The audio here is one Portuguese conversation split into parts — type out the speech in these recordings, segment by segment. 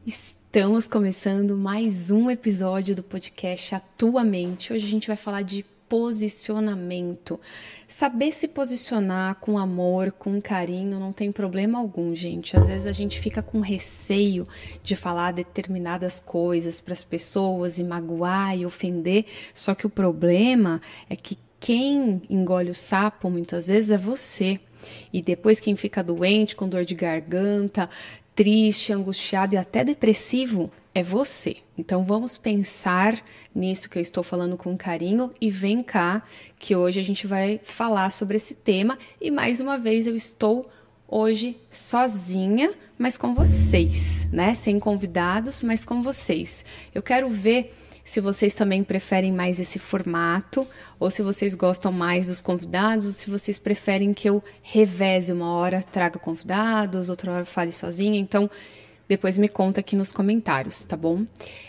Estamos começando mais um episódio do podcast A Tua Mente. Hoje a gente vai falar de posicionamento. Saber se posicionar com amor, com carinho, não tem problema algum, gente. Às vezes a gente fica com receio de falar determinadas coisas para as pessoas e magoar e ofender. Só que o problema é que quem engole o sapo muitas vezes é você. E depois quem fica doente, com dor de garganta, triste, angustiado e até depressivo é você. Então vamos pensar nisso que eu estou falando com carinho e vem cá que hoje a gente vai falar sobre esse tema e mais uma vez eu estou hoje sozinha, mas com vocês, né? Sem convidados, mas com vocês. Eu quero ver se vocês também preferem mais esse formato, ou se vocês gostam mais dos convidados, ou se vocês preferem que eu reveze, uma hora traga convidados, outra hora fale sozinha. Então, depois me conta aqui nos comentários, tá bom?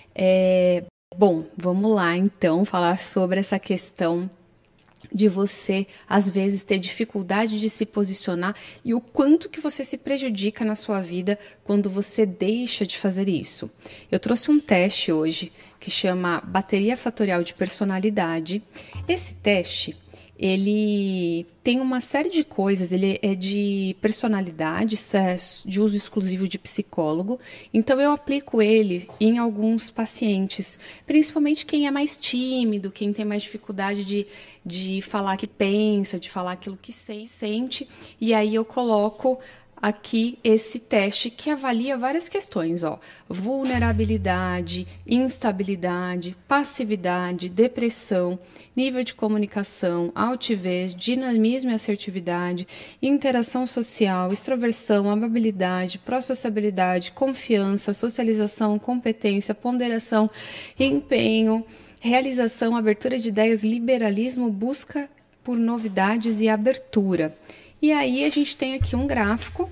Bom, vamos lá então falar sobre essa questão de você, às vezes, ter dificuldade de se posicionar e o quanto que você se prejudica na sua vida quando você deixa de fazer isso. Eu trouxe um teste hoje que chama Bateria Fatorial de Personalidade. Esse teste, ele tem uma série de coisas, ele é de personalidade, de uso exclusivo de psicólogo, então eu aplico ele em alguns pacientes, principalmente quem é mais tímido, quem tem mais dificuldade de falar que pensa, de falar aquilo que sente, e aí eu coloco aqui esse teste que avalia várias questões, ó, vulnerabilidade, instabilidade, passividade, depressão, nível de comunicação, altivez, dinamismo e assertividade, interação social, extroversão, amabilidade, pró-sociabilidade, confiança, socialização, competência, ponderação, empenho, realização, abertura de ideias, liberalismo, busca por novidades e abertura. E aí a gente tem aqui um gráfico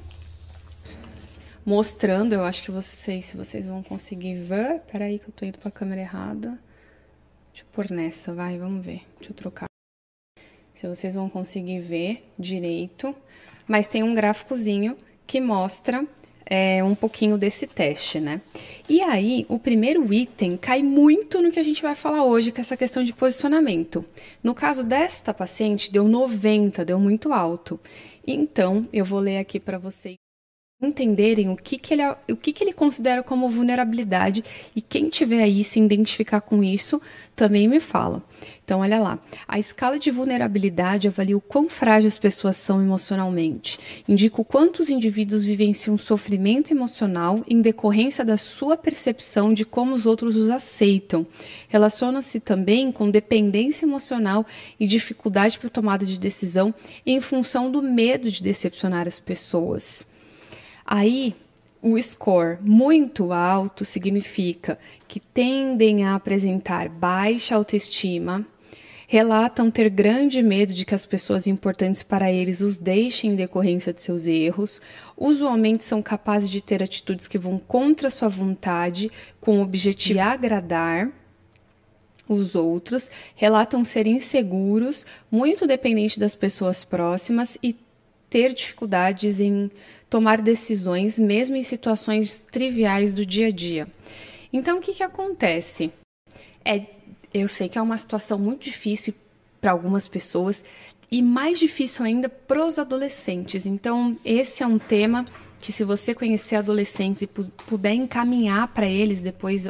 mostrando, eu acho que se vocês vão conseguir ver. Peraí que eu tô indo para a câmera errada. Deixa eu pôr nessa, vamos ver. Deixa eu trocar. Se vocês vão conseguir ver direito. Mas tem um gráficozinho que mostra um pouquinho desse teste, né? E aí, o primeiro item cai muito no que a gente vai falar hoje, que é essa questão de posicionamento. No caso desta paciente, deu 90, deu muito alto. Então, eu vou ler aqui para vocês entenderem o que ele considera como vulnerabilidade, e quem tiver aí se identificar com isso também me fala. Então, olha lá. A escala de vulnerabilidade avalia o quão frágeis as pessoas são emocionalmente. Indica o quanto os indivíduos vivenciam sofrimento emocional em decorrência da sua percepção de como os outros os aceitam. Relaciona-se também com dependência emocional e dificuldade para tomada de decisão em função do medo de decepcionar as pessoas. Aí, o score muito alto significa que tendem a apresentar baixa autoestima, relatam ter grande medo de que as pessoas importantes para eles os deixem em decorrência de seus erros, usualmente são capazes de ter atitudes que vão contra sua vontade com o objetivo de agradar os outros, relatam ser inseguros, muito dependentes das pessoas próximas e ter dificuldades em tomar decisões, mesmo em situações triviais do dia a dia. Então, o que acontece? Eu sei que é uma situação muito difícil para algumas pessoas e mais difícil ainda para os adolescentes. Então, esse é um tema que, se você conhecer adolescentes e puder encaminhar para eles depois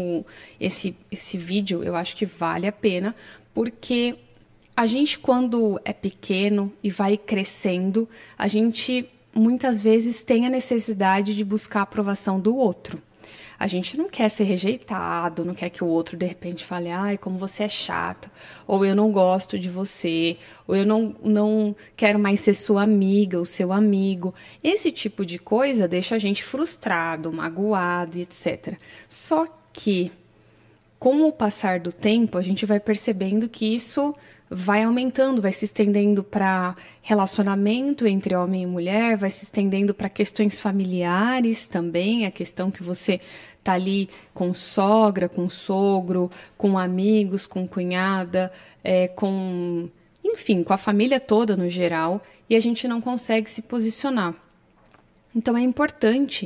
esse vídeo, eu acho que vale a pena, porque a gente, quando é pequeno e vai crescendo, a gente muitas vezes tem a necessidade de buscar a aprovação do outro. A gente não quer ser rejeitado, não quer que o outro de repente fale, ai, como você é chato, ou eu não gosto de você, ou eu não quero mais ser sua amiga ou seu amigo. Esse tipo de coisa deixa a gente frustrado, magoado, etc. Só que, com o passar do tempo, a gente vai percebendo que isso vai aumentando, vai se estendendo para relacionamento entre homem e mulher, vai se estendendo para questões familiares também, a questão que você tá ali com sogra, com sogro, com amigos, com cunhada, enfim, com a família toda no geral, e a gente não consegue se posicionar. Então é importante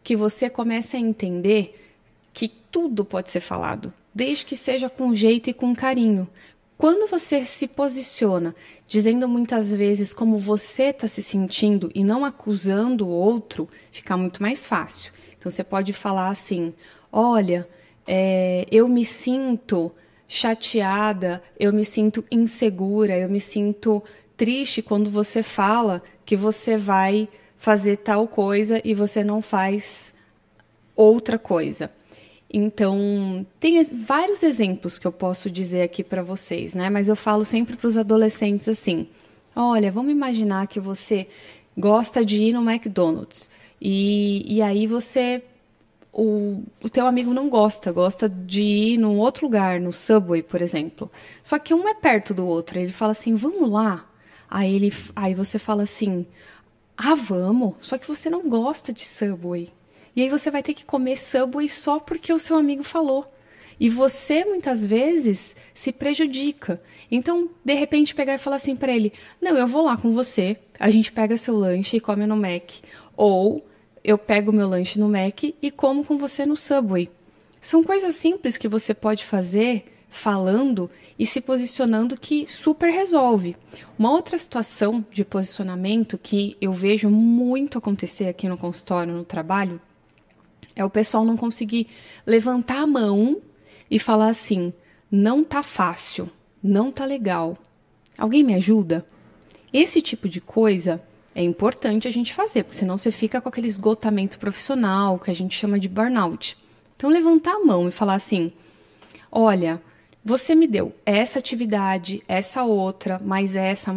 que você comece a entender que tudo pode ser falado, desde que seja com jeito e com carinho. Quando você se posiciona dizendo muitas vezes como você está se sentindo e não acusando o outro, fica muito mais fácil. Então você pode falar assim, olha, eu me sinto chateada, eu me sinto insegura, eu me sinto triste quando você fala que você vai fazer tal coisa e você não faz outra coisa. Então, tem vários exemplos que eu posso dizer aqui para vocês, né? Mas eu falo sempre para os adolescentes assim, olha, vamos imaginar que você gosta de ir no McDonald's e aí você... O teu amigo não gosta de ir num outro lugar, no Subway, por exemplo. Só que um é perto do outro. Ele fala assim, vamos lá. Aí você fala assim, vamos. Só que você não gosta de Subway. E aí você vai ter que comer Subway só porque o seu amigo falou. E você, muitas vezes, se prejudica. Então, de repente, pegar e falar assim para ele, não, eu vou lá com você, a gente pega seu lanche e come no Mac. Ou... eu pego o meu lanche no Mac e como com você no Subway. São coisas simples que você pode fazer falando e se posicionando que super resolve. Uma outra situação de posicionamento que eu vejo muito acontecer aqui no consultório, no trabalho, é o pessoal não conseguir levantar a mão e falar assim, não tá fácil, não tá legal. Alguém me ajuda? Esse tipo de coisa... é importante a gente fazer, porque senão você fica com aquele esgotamento profissional, que a gente chama de burnout. Então, levantar a mão e falar assim, olha, você me deu essa atividade, essa outra, mais essa,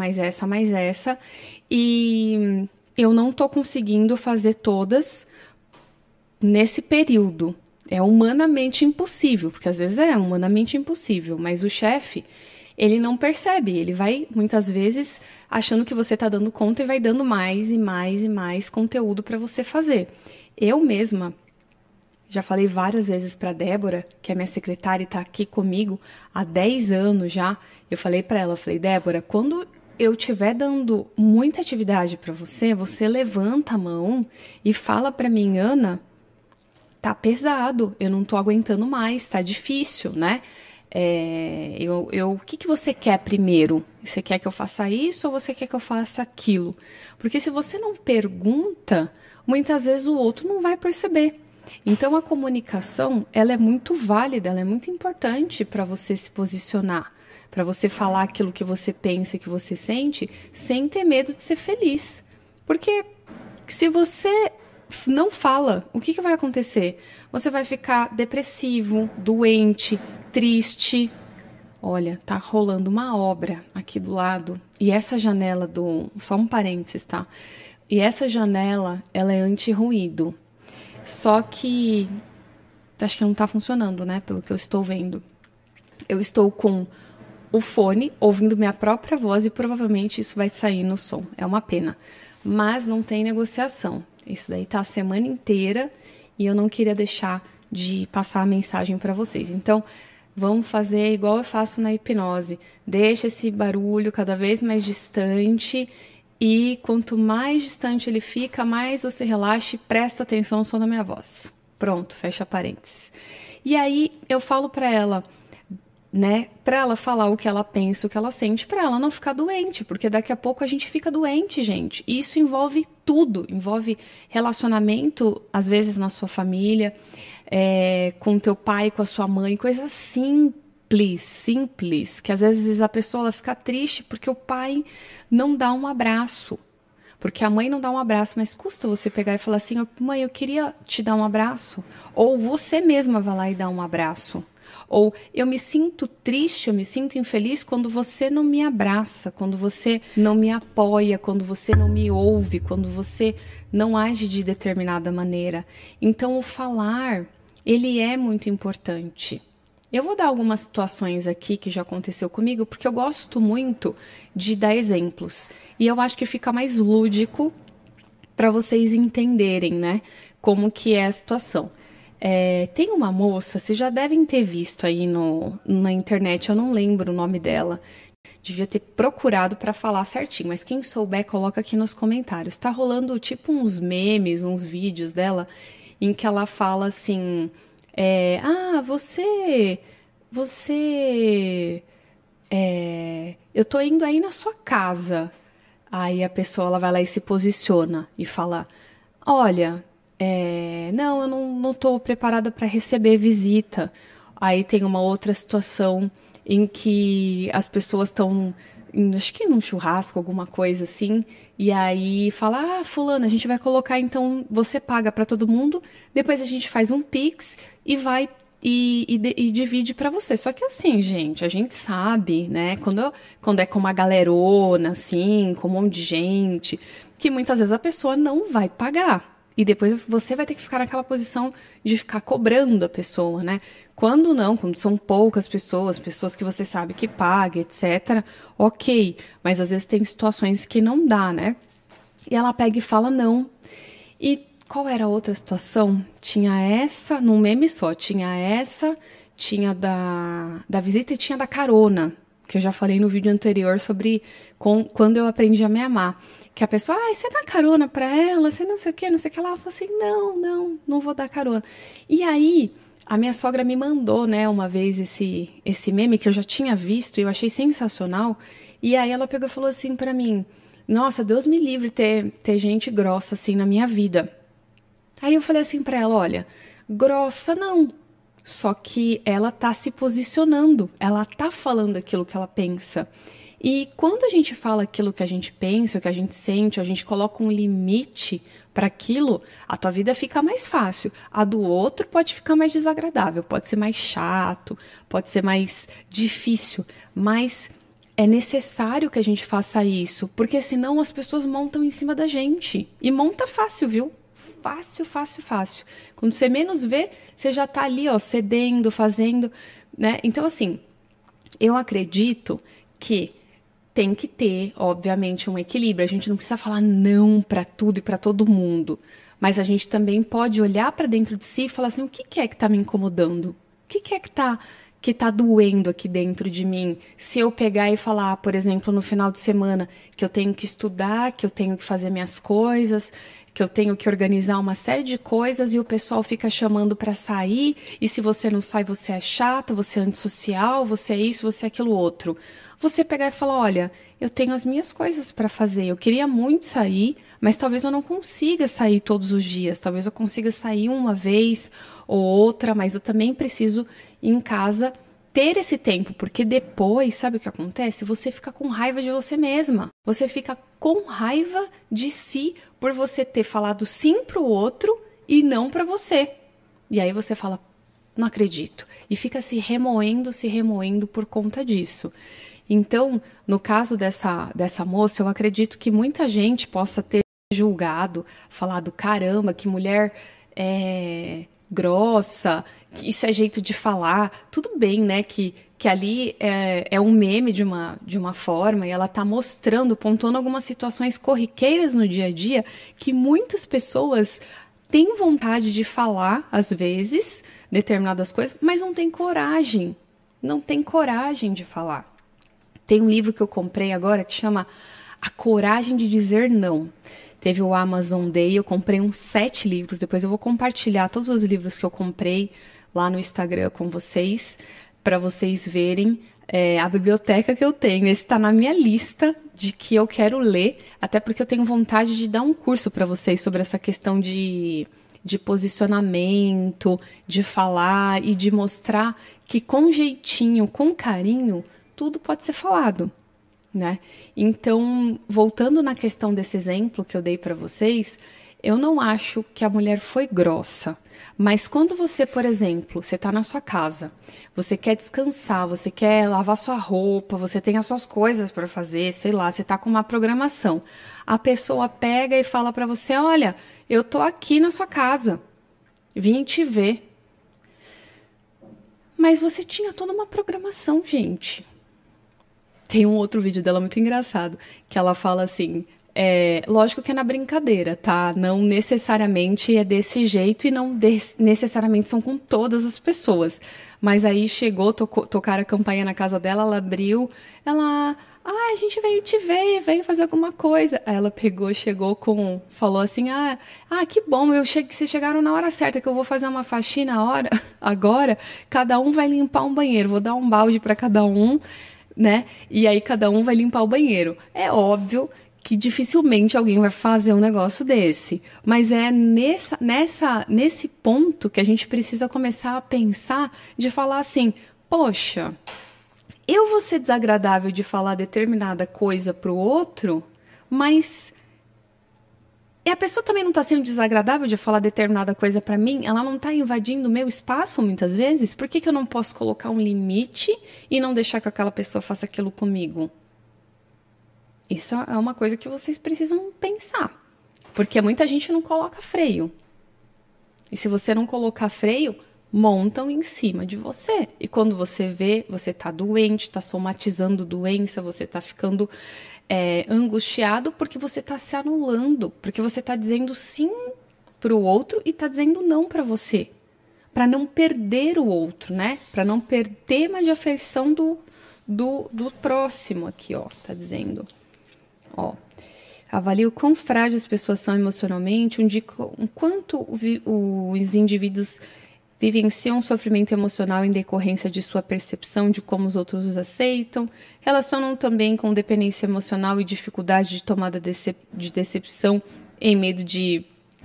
e eu não estou conseguindo fazer todas nesse período. É humanamente impossível, porque às vezes é humanamente impossível, mas o chefe... ele não percebe, ele vai, muitas vezes, achando que você está dando conta e vai dando mais e mais e mais conteúdo para você fazer. Eu mesma já falei várias vezes para a Débora, que é minha secretária e está aqui comigo há 10 anos já, eu falei para ela, Débora, quando eu estiver dando muita atividade para você, você levanta a mão e fala para mim, Ana, tá pesado, eu não tô aguentando mais, tá difícil, né? O que você quer primeiro? Você quer que eu faça isso ou você quer que eu faça aquilo? Porque se você não pergunta, muitas vezes o outro não vai perceber. Então a comunicação, ela é muito válida, ela é muito importante para você se posicionar, para você falar aquilo que você pensa, que você sente, sem ter medo de ser feliz. Porque se você não fala, o que vai acontecer? Você vai ficar depressivo, doente, triste. Olha, tá rolando uma obra aqui do lado. E essa janela só um parênteses, tá? E essa janela, ela é anti-ruído. Só que acho que não tá funcionando, né? Pelo que eu estou vendo. Eu estou com o fone, ouvindo minha própria voz e provavelmente isso vai sair no som. É uma pena. Mas não tem negociação. Isso daí tá a semana inteira e eu não queria deixar de passar a mensagem para vocês. Então, vamos fazer igual eu faço na hipnose. Deixa esse barulho cada vez mais distante e quanto mais distante ele fica, mais você relaxa e presta atenção só na minha voz. Pronto, fecha parênteses. E aí eu falo para ela, né, para ela falar o que ela pensa, o que ela sente, para ela não ficar doente, porque daqui a pouco a gente fica doente, gente. E isso envolve tudo, envolve relacionamento, às vezes na sua família, com teu pai, com a sua mãe, coisas simples, que às vezes a pessoa ela fica triste porque o pai não dá um abraço, porque a mãe não dá um abraço, mas custa você pegar e falar assim, mãe, eu queria te dar um abraço, ou você mesma vai lá e dá um abraço. Ou eu me sinto triste, eu me sinto infeliz quando você não me abraça, quando você não me apoia, quando você não me ouve, quando você não age de determinada maneira. Então, o falar, ele é muito importante. Eu vou dar algumas situações aqui que já aconteceu comigo, porque eu gosto muito de dar exemplos. E eu acho que fica mais lúdico para vocês entenderem, né, como que é a situação. Tem uma moça, vocês já devem ter visto aí na internet, eu não lembro o nome dela, devia ter procurado para falar certinho, mas quem souber coloca aqui nos comentários. Tá rolando tipo uns memes, uns vídeos dela, em que ela fala assim, você, eu tô indo aí na sua casa. Aí a pessoa ela vai lá e se posiciona e fala, olha, não, eu não tô preparada para receber visita. Aí tem uma outra situação em que as pessoas estão, acho que num churrasco, alguma coisa assim, e aí fala, fulano, a gente vai colocar, então você paga para todo mundo, depois a gente faz um Pix e vai e divide para você. Só que assim, gente, a gente sabe, né, quando é com uma galerona, assim, com um monte de gente, que muitas vezes a pessoa não vai pagar. E depois você vai ter que ficar naquela posição de ficar cobrando a pessoa, né? Quando não, quando são poucas pessoas que você sabe que paga, etc., ok. Mas às vezes tem situações que não dá, né? E ela pega e fala não. E qual era a outra situação? Tinha essa, num meme só, tinha essa, tinha da visita e tinha da carona, que eu já falei no vídeo anterior sobre quando eu aprendi a me amar. Que a pessoa, você dá carona pra ela, você não sei o que, ela fala assim, não vou dar carona. E aí, a minha sogra me mandou, né, uma vez esse meme que eu já tinha visto e eu achei sensacional. E aí ela pegou e falou assim pra mim, nossa, Deus me livre ter gente grossa assim na minha vida. Aí eu falei assim pra ela, olha, grossa não, só que ela tá se posicionando, ela tá falando aquilo que ela pensa. E quando a gente fala aquilo que a gente pensa, o que a gente sente, a gente coloca um limite para aquilo, a tua vida fica mais fácil. A do outro pode ficar mais desagradável, pode ser mais chato, pode ser mais difícil, mas é necessário que a gente faça isso, porque senão as pessoas montam em cima da gente. E monta fácil, viu? Fácil, fácil, fácil. Quando você menos vê, você já tá ali, ó, cedendo, fazendo, né? Então, assim, eu acredito que tem que ter, obviamente, um equilíbrio. A gente não precisa falar não para tudo e para todo mundo, mas a gente também pode olhar para dentro de si e falar assim, o que é que tá me incomodando? O que é que tá doendo aqui dentro de mim? Se eu pegar e falar, por exemplo, no final de semana, que eu tenho que estudar, que eu tenho que fazer minhas coisas, que eu tenho que organizar uma série de coisas e o pessoal fica chamando para sair, e se você não sai, você é chata, você é antissocial, você é isso, você é aquilo outro. Você pegar e falar, olha, eu tenho as minhas coisas para fazer, eu queria muito sair, mas talvez eu não consiga sair todos os dias, talvez eu consiga sair uma vez ou outra, mas eu também preciso ir em casa ter esse tempo, porque depois, sabe o que acontece? Você fica com raiva de você mesma, você fica com raiva de si por você ter falado sim pro outro e não para você. E aí você fala, não acredito, e fica se remoendo por conta disso. Então, no caso dessa moça, eu acredito que muita gente possa ter julgado, falado, caramba, que mulher grossa, que isso é jeito de falar. Tudo bem, né, que ali é um meme de uma forma e ela está mostrando, pontuando algumas situações corriqueiras no dia a dia que muitas pessoas têm vontade de falar, às vezes, determinadas coisas, mas não tem coragem de falar. Tem um livro que eu comprei agora que chama A Coragem de Dizer Não. Teve o Amazon Day, eu comprei uns 7 livros. Depois eu vou compartilhar todos os livros que eu comprei lá no Instagram com vocês, para vocês verem a biblioteca que eu tenho. Esse está na minha lista de que eu quero ler, até porque eu tenho vontade de dar um curso para vocês sobre essa questão de posicionamento, de falar e de mostrar que com jeitinho, com carinho, tudo pode ser falado, né? Então, voltando na questão desse exemplo que eu dei para vocês, eu não acho que a mulher foi grossa, mas quando você, por exemplo, você está na sua casa, você quer descansar, você quer lavar sua roupa, você tem as suas coisas para fazer, sei lá, você está com uma programação, a pessoa pega e fala para você, olha, eu tô aqui na sua casa, vim te ver, mas você tinha toda uma programação, gente. Tem um outro vídeo dela muito engraçado, que ela fala assim, lógico que é na brincadeira, tá? Não necessariamente é desse jeito e não necessariamente são com todas as pessoas. Mas aí chegou, tocaram a campainha na casa dela, ela abriu, a gente veio te ver, veio fazer alguma coisa. Aí ela pegou, falou assim, que bom, vocês chegaram na hora certa, que eu vou fazer uma faxina agora, cada um vai limpar um banheiro, vou dar um balde para cada um, né? E aí cada um vai limpar o banheiro. É óbvio que dificilmente alguém vai fazer um negócio desse. Mas é nesse ponto que a gente precisa começar a pensar de falar assim, poxa, eu vou ser desagradável de falar determinada coisa pro outro, mas a pessoa também não está sendo desagradável de falar determinada coisa para mim? Ela não está invadindo o meu espaço muitas vezes? Por que eu não posso colocar um limite e não deixar que aquela pessoa faça aquilo comigo? Isso é uma coisa que vocês precisam pensar. Porque muita gente não coloca freio. E se você não colocar freio, montam em cima de você. E quando você vê, você tá doente, tá somatizando doença, você tá ficando angustiado porque você tá se anulando, porque você tá dizendo sim pro outro e tá dizendo não para você. Para não perder o outro, né? Para não perder tema de afeição do próximo aqui, ó, tá dizendo. Ó, avalie o quão frágeis as pessoas são emocionalmente, o quanto os indivíduos vivenciam sofrimento emocional em decorrência de sua percepção de como os outros os aceitam, relacionam também com dependência emocional e dificuldade de tomada de decepção em medo de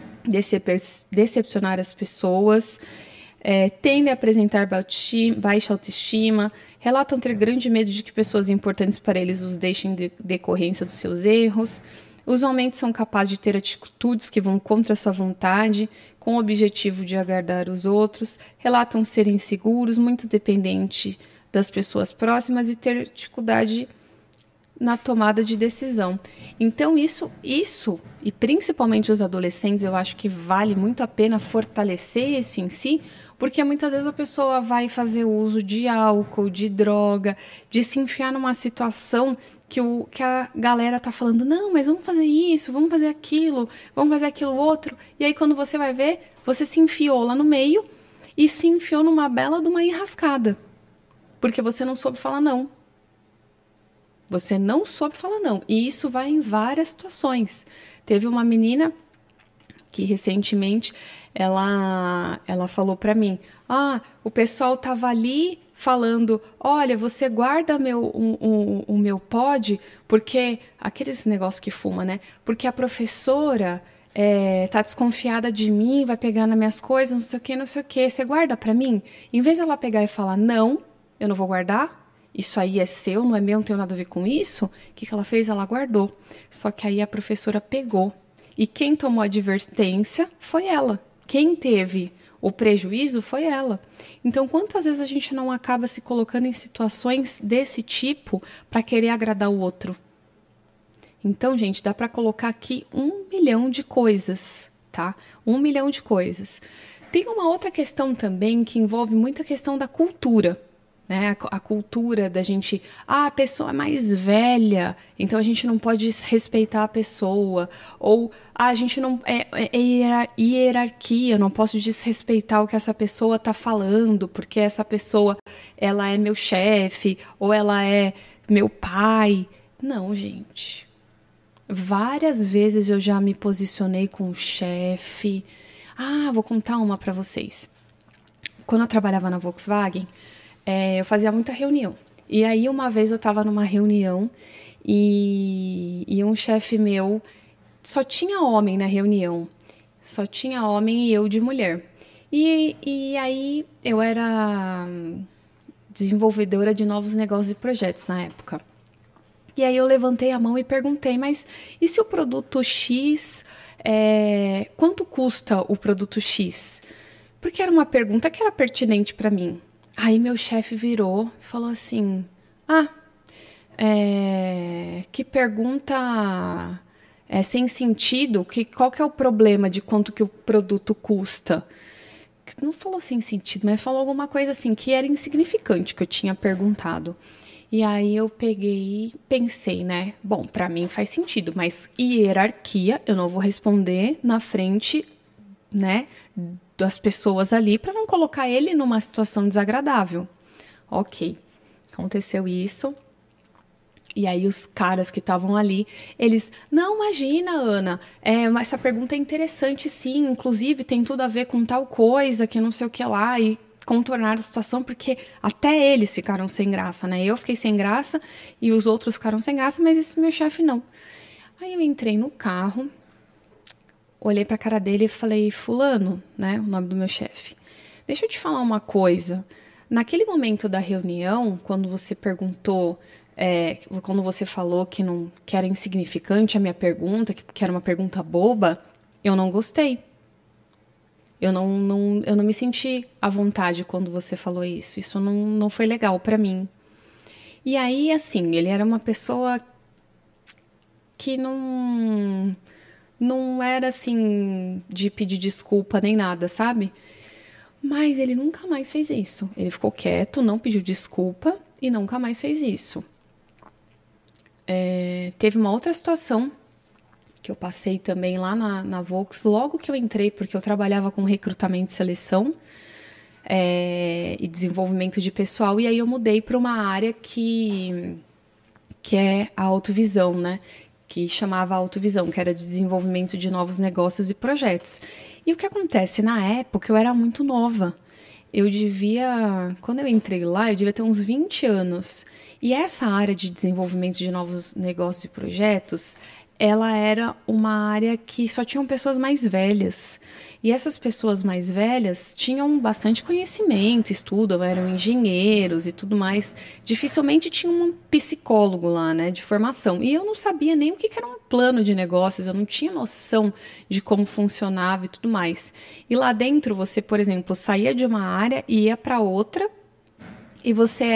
decepcionar as pessoas, tendem a apresentar baixa autoestima, relatam ter grande medo de que pessoas importantes para eles os deixem em decorrência dos seus erros. Usualmente são capazes de ter atitudes que vão contra a sua vontade, com o objetivo de agradar os outros, relatam ser inseguros, muito dependentes das pessoas próximas e ter dificuldade na tomada de decisão. Então isso, e principalmente os adolescentes, eu acho que vale muito a pena fortalecer isso em si, porque muitas vezes a pessoa vai fazer uso de álcool, de droga, de se enfiar numa situação que a galera tá falando, não, mas vamos fazer isso, vamos fazer aquilo outro. E aí quando você vai ver, você se enfiou lá no meio e se enfiou numa bela de uma enrascada. Porque você não soube falar não. Você não soube falar não. E isso vai em várias situações. Teve uma menina que recentemente ela falou pra mim, o pessoal tava ali falando, olha, você guarda o meu pod, porque aqueles negócios que fuma, né? Porque a professora tá desconfiada de mim, vai pegar nas minhas coisas, não sei o que, você guarda pra mim? Em vez dela pegar e falar, não, eu não vou guardar, isso aí é seu, não é meu, não tenho nada a ver com isso, o que ela fez? Ela guardou. Só que aí a professora pegou. E quem tomou a advertência foi ela. Quem teve o prejuízo foi ela. Então, quantas vezes a gente não acaba se colocando em situações desse tipo para querer agradar o outro? Então, gente, dá para colocar aqui 1 milhão de coisas, tá? 1 milhão de coisas. Tem uma outra questão também que envolve muito a questão da cultura. Né? A cultura da gente, a pessoa é mais velha, então a gente não pode respeitar a pessoa, ou a gente não hierarquia, eu não posso desrespeitar o que essa pessoa está falando, porque essa pessoa ela é meu chefe, ou ela é meu pai. Não, gente. Várias vezes eu já me posicionei com o chefe. Vou contar uma para vocês. Quando eu trabalhava na Volkswagen, eu fazia muita reunião. E aí, uma vez eu estava numa reunião e um chefe meu, só tinha homem na reunião. Só tinha homem e eu de mulher. E aí, eu era desenvolvedora de novos negócios e projetos na época. E aí, eu levantei a mão e perguntei, mas e se o produto X, quanto custa o produto X? Porque era uma pergunta que era pertinente para mim. Aí meu chefe virou e falou assim, que pergunta sem sentido, qual que é o problema de quanto que o produto custa? Não falou sem sentido, mas falou alguma coisa assim, que era insignificante que eu tinha perguntado. E aí eu peguei e pensei, né, bom, pra mim faz sentido, mas hierarquia eu não vou responder na frente, né, das pessoas ali para não colocar ele numa situação desagradável. Ok, aconteceu isso. E aí os caras que estavam ali, eles, não, imagina, Ana, essa pergunta é interessante sim, inclusive tem tudo a ver com tal coisa, que não sei o que lá, e contornar a situação, porque até eles ficaram sem graça, né? Eu fiquei sem graça e os outros ficaram sem graça, mas esse meu chefe não. Aí eu entrei no carro, olhei pra cara dele e falei, fulano, né, o nome do meu chefe, deixa eu te falar uma coisa. Naquele momento da reunião, quando você perguntou, quando você falou que era insignificante a minha pergunta, que era uma pergunta boba, eu não gostei. Eu não me senti à vontade quando você falou isso. Isso não foi legal pra mim. E aí, assim, ele era uma pessoa que não era assim de pedir desculpa nem nada, sabe? Mas ele nunca mais fez isso. Ele ficou quieto, não pediu desculpa e nunca mais fez isso. Teve uma outra situação que eu passei também lá na Volks, logo que eu entrei, porque eu trabalhava com recrutamento e seleção e desenvolvimento de pessoal, e aí eu mudei para uma área que é a autovisão, né? Que chamava Autovisão, que era de desenvolvimento de novos negócios e projetos. E o que acontece? Na época, eu era muito nova. Quando eu entrei lá, eu devia ter uns 20 anos. E essa área de desenvolvimento de novos negócios e projetos, ela era uma área que só tinham pessoas mais velhas. E essas pessoas mais velhas tinham bastante conhecimento, estudo, eram engenheiros e tudo mais. Dificilmente tinha um psicólogo lá, né, de formação. E eu não sabia nem o que era um plano de negócios, eu não tinha noção de como funcionava e tudo mais. E lá dentro, você, por exemplo, saía de uma área e ia para outra, e você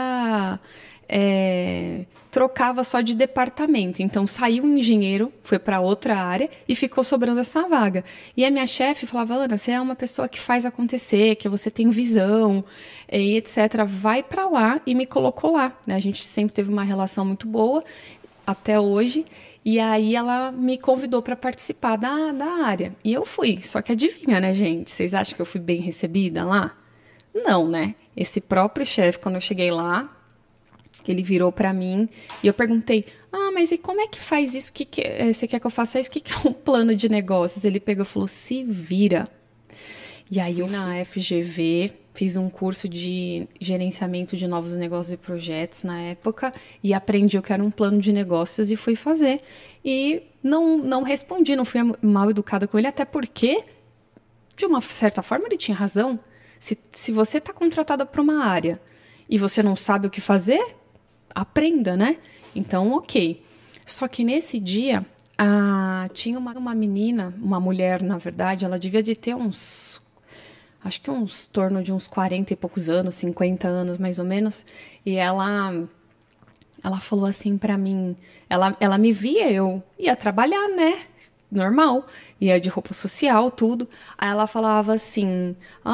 trocava só de departamento. Então, saiu um engenheiro, foi para outra área e ficou sobrando essa vaga. E a minha chefe falava, Ana, você é uma pessoa que faz acontecer, que você tem visão, e etc. Vai para lá, e me colocou lá. Né? A gente sempre teve uma relação muito boa, até hoje. E aí ela me convidou para participar da área. E eu fui. Só que adivinha, né, gente? Vocês acham que eu fui bem recebida lá? Não, né? Esse próprio chefe, quando eu cheguei lá, ele virou para mim e eu perguntei, mas e como é que faz isso? Você quer que eu faça isso? O que é um plano de negócios? Ele pegou e falou, se vira. E aí eu fui na FGV, fiz um curso de gerenciamento de novos negócios e projetos na época e aprendi o que era um plano de negócios e fui fazer. E não respondi, não fui mal educada com ele, até porque, de uma certa forma, ele tinha razão. Se você está contratada para uma área e você não sabe o que fazer, aprenda, né? Então, ok. Só que nesse dia, tinha uma menina, uma mulher, na verdade, ela devia de ter acho que torno de uns 40 e poucos anos, 50 anos mais ou menos, e ela falou assim pra mim, ela me via, eu ia trabalhar, né? Normal, ia de roupa social, tudo. Aí ela falava assim,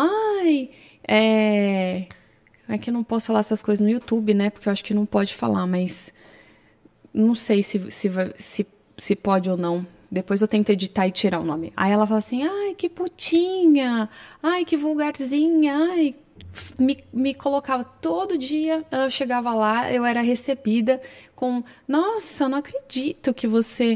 é que eu não posso falar essas coisas no YouTube, né? Porque eu acho que não pode falar, mas não sei se pode ou não. Depois eu tento editar e tirar o nome. Aí ela fala assim, ai, que putinha, ai, que vulgarzinha, ai. Me colocava todo dia, eu chegava lá, eu era recebida com, nossa, eu não acredito que você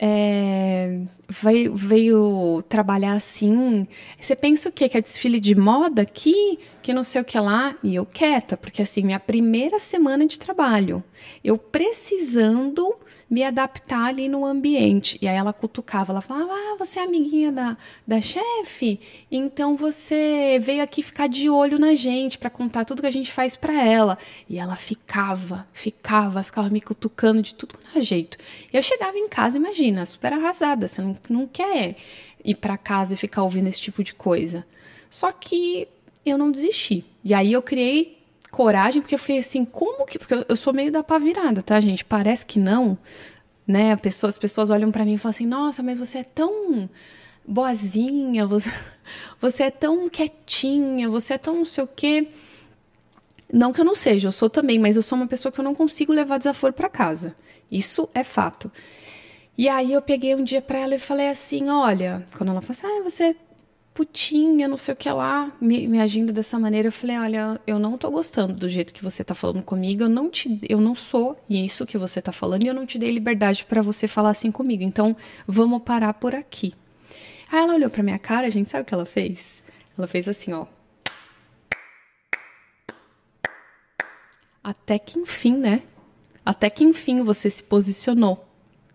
veio trabalhar assim. Você pensa o quê? Que é desfile de moda aqui? Que não sei o que lá? E eu quieta, porque assim, minha primeira semana de trabalho, eu precisando me adaptar ali no ambiente. E aí ela cutucava, ela falava, você é amiguinha da chefe? Então você veio aqui ficar de olho na gente para contar tudo que a gente faz para ela. E ela ficava me cutucando de tudo que era jeito. E eu chegava em casa, imagina, super arrasada, você não quer ir para casa e ficar ouvindo esse tipo de coisa. Só que eu não desisti. E aí eu criei coragem, porque eu fiquei assim, como que... Porque eu sou meio da pá virada, tá, gente? Parece que não, né? As pessoas olham pra mim e falam assim, nossa, mas você é tão boazinha, você é tão quietinha, você é tão não sei o quê. Não que eu não seja, eu sou também, mas eu sou uma pessoa que eu não consigo levar desaforo pra casa. Isso é fato. E aí eu peguei um dia pra ela e falei assim, olha... Quando ela falou assim, putinha, não sei o que lá, me agindo dessa maneira. Eu falei, olha, eu não tô gostando do jeito que você tá falando comigo, eu não sou isso que você tá falando e eu não te dei liberdade pra você falar assim comigo, então vamos parar por aqui. Aí ela olhou pra minha cara, gente, sabe o que ela fez? Ela fez assim, ó. Até que enfim, né? Até que enfim você se posicionou.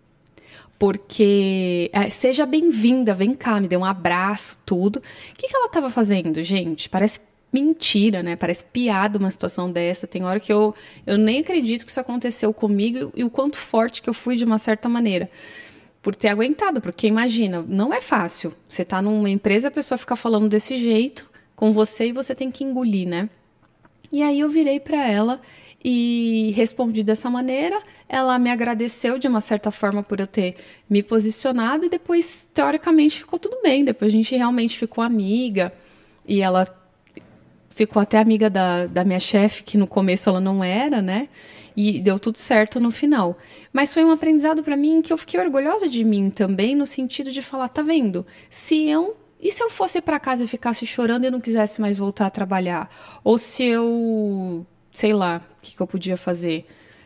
Porque, seja bem-vinda, vem cá, me dê um abraço, tudo. O que ela estava fazendo, gente? Parece mentira, né? Parece piada uma situação dessa. Tem hora que eu nem acredito que isso aconteceu comigo e o quanto forte que eu fui de uma certa maneira. Por ter aguentado, porque imagina, não é fácil. Você tá numa empresa, a pessoa fica falando desse jeito com você e você tem que engolir, né? E aí eu virei para ela e respondi dessa maneira. Ela me agradeceu de uma certa forma por eu ter me posicionado e depois, teoricamente, ficou tudo bem. Depois a gente realmente ficou amiga e ela ficou até amiga da minha chefe, que no começo ela não era, né? E deu tudo certo no final. Mas foi um aprendizado para mim que eu fiquei orgulhosa de mim também, no sentido de falar, tá vendo? E se eu fosse para casa e ficasse chorando e não quisesse mais voltar a trabalhar? Ou se eu, sei lá, o que eu podia fazer?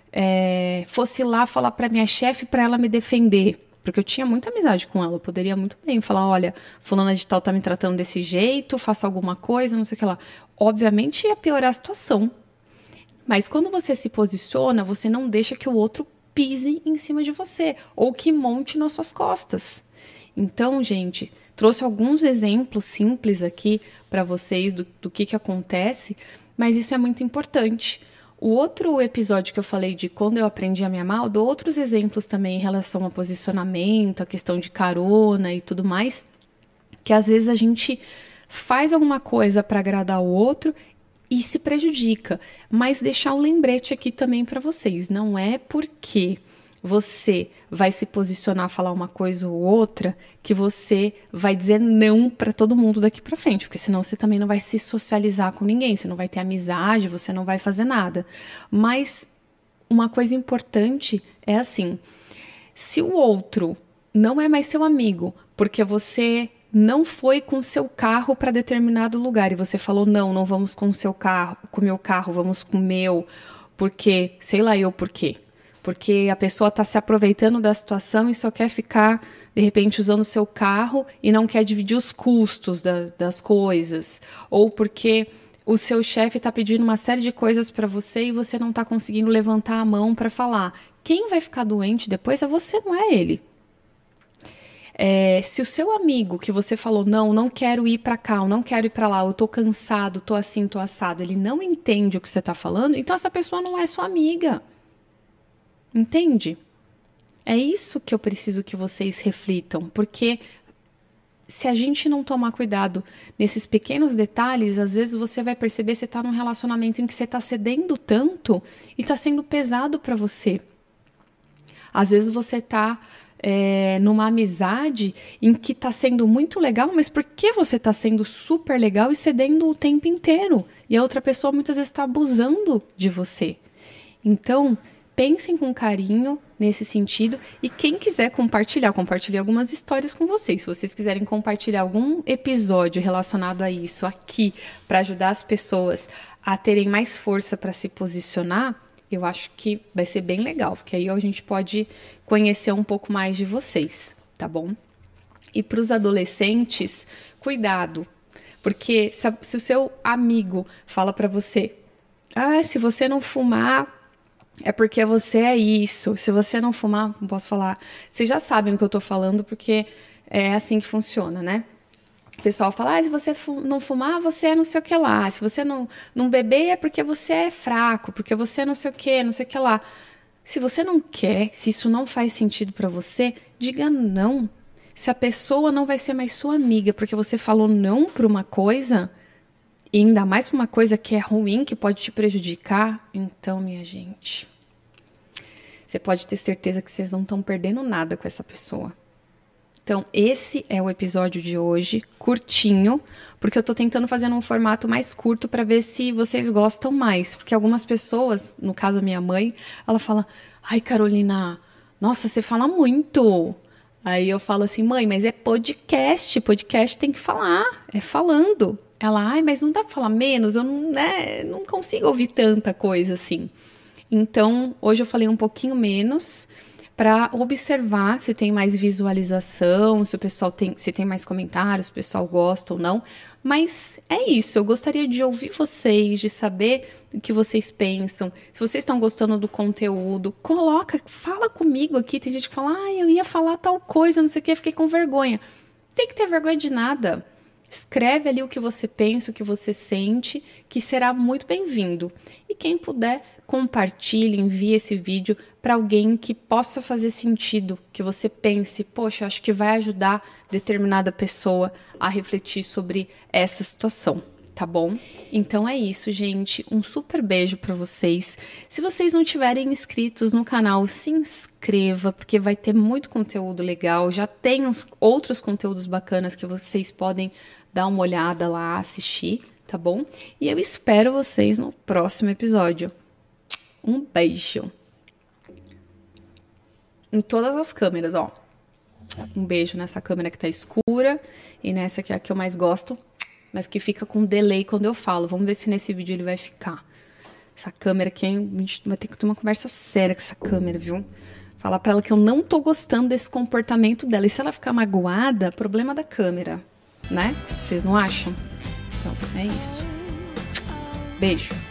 Fosse lá falar para minha chefe para ela me defender. Porque eu tinha muita amizade com ela. Eu poderia muito bem falar, olha, fulana de tal tá me tratando desse jeito, faça alguma coisa, não sei o que lá. Obviamente ia piorar a situação. Mas quando você se posiciona, você não deixa que o outro pise em cima de você. Ou que monte nas suas costas. Então, gente, trouxe alguns exemplos simples aqui para vocês do que acontece, mas isso é muito importante. O outro episódio que eu falei de quando eu aprendi a me amar, eu dou outros exemplos também em relação a posicionamento, a questão de carona e tudo mais, que às vezes a gente faz alguma coisa para agradar o outro e se prejudica. Mas deixar um lembrete aqui também para vocês, não é porque você vai se posicionar, falar uma coisa ou outra, que você vai dizer não para todo mundo daqui para frente, porque senão você também não vai se socializar com ninguém, você não vai ter amizade, você não vai fazer nada. Mas uma coisa importante é assim, se o outro não é mais seu amigo, porque você não foi com seu carro para determinado lugar e você falou não vamos com seu carro, com meu carro, vamos com o meu, porque sei lá eu por quê. Porque a pessoa está se aproveitando da situação e só quer ficar, de repente, usando o seu carro e não quer dividir os custos das coisas. Ou porque o seu chefe está pedindo uma série de coisas para você e você não está conseguindo levantar a mão para falar. Quem vai ficar doente depois é você, não é ele. Se o seu amigo que você falou, não quero ir para cá, eu não quero ir para lá, eu tô cansado, tô assim, tô assado, ele não entende o que você está falando, então essa pessoa não é sua amiga. Entende? É isso que eu preciso que vocês reflitam, porque se a gente não tomar cuidado nesses pequenos detalhes, às vezes você vai perceber que você está num relacionamento em que você está cedendo tanto e está sendo pesado para você. Às vezes você está numa amizade em que está sendo muito legal, mas por que você está sendo super legal e cedendo o tempo inteiro? E a outra pessoa muitas vezes está abusando de você. Então, pensem com carinho nesse sentido e quem quiser compartilhar algumas histórias com vocês. Se vocês quiserem compartilhar algum episódio relacionado a isso aqui para ajudar as pessoas a terem mais força para se posicionar, eu acho que vai ser bem legal, porque aí a gente pode conhecer um pouco mais de vocês, tá bom? E para os adolescentes, cuidado, porque se o seu amigo fala para você, se você não fumar, é porque você é isso. Se você não fumar, não posso falar. Vocês já sabem o que eu tô falando, porque é assim que funciona, né? O pessoal fala, se você não fumar, você é não sei o que lá. Se você não beber, é porque você é fraco, porque você é não sei o que lá. Se você não quer, se isso não faz sentido pra você, diga não. Se a pessoa não vai ser mais sua amiga, porque você falou não pra uma coisa, e ainda mais pra uma coisa que é ruim, que pode te prejudicar, então, minha gente, você pode ter certeza que vocês não estão perdendo nada com essa pessoa. Então, esse é o episódio de hoje, curtinho, porque eu tô tentando fazer num formato mais curto para ver se vocês gostam mais. Porque algumas pessoas, no caso a minha mãe, ela fala, ai Carolina, nossa, você fala muito. Aí eu falo assim, mãe, mas é podcast tem que falar, é falando. Ela, ai, mas não dá pra falar menos? Eu não, né, não consigo ouvir tanta coisa assim. Então, hoje eu falei um pouquinho menos para observar se tem mais visualização, se o pessoal se tem mais comentários, se o pessoal gosta ou não. Mas é isso, eu gostaria de ouvir vocês, de saber o que vocês pensam. Se vocês estão gostando do conteúdo, fala comigo aqui. Tem gente que fala, eu ia falar tal coisa, não sei o que, fiquei com vergonha. Não tem que ter vergonha de nada. Escreve ali o que você pensa, o que você sente, que será muito bem-vindo. E quem puder, compartilhe, envie esse vídeo para alguém que possa fazer sentido, que você pense, poxa, acho que vai ajudar determinada pessoa a refletir sobre essa situação, tá bom? Então é isso, gente. Um super beijo para vocês. Se vocês não tiverem inscritos no canal, se inscreva, porque vai ter muito conteúdo legal. Já tem outros conteúdos bacanas que vocês podem dar uma olhada lá, assistir, tá bom? E eu espero vocês no próximo episódio. Um beijo. Em todas as câmeras, ó. Um beijo nessa câmera que tá escura e nessa que é a que eu mais gosto, mas que fica com delay quando eu falo. Vamos ver se nesse vídeo ele vai ficar. Essa câmera aqui, a gente vai ter que ter uma conversa séria com essa câmera, viu? Falar pra ela que eu não tô gostando desse comportamento dela. E se ela ficar magoada, problema da câmera, né? Vocês não acham? Então, é isso. Beijo.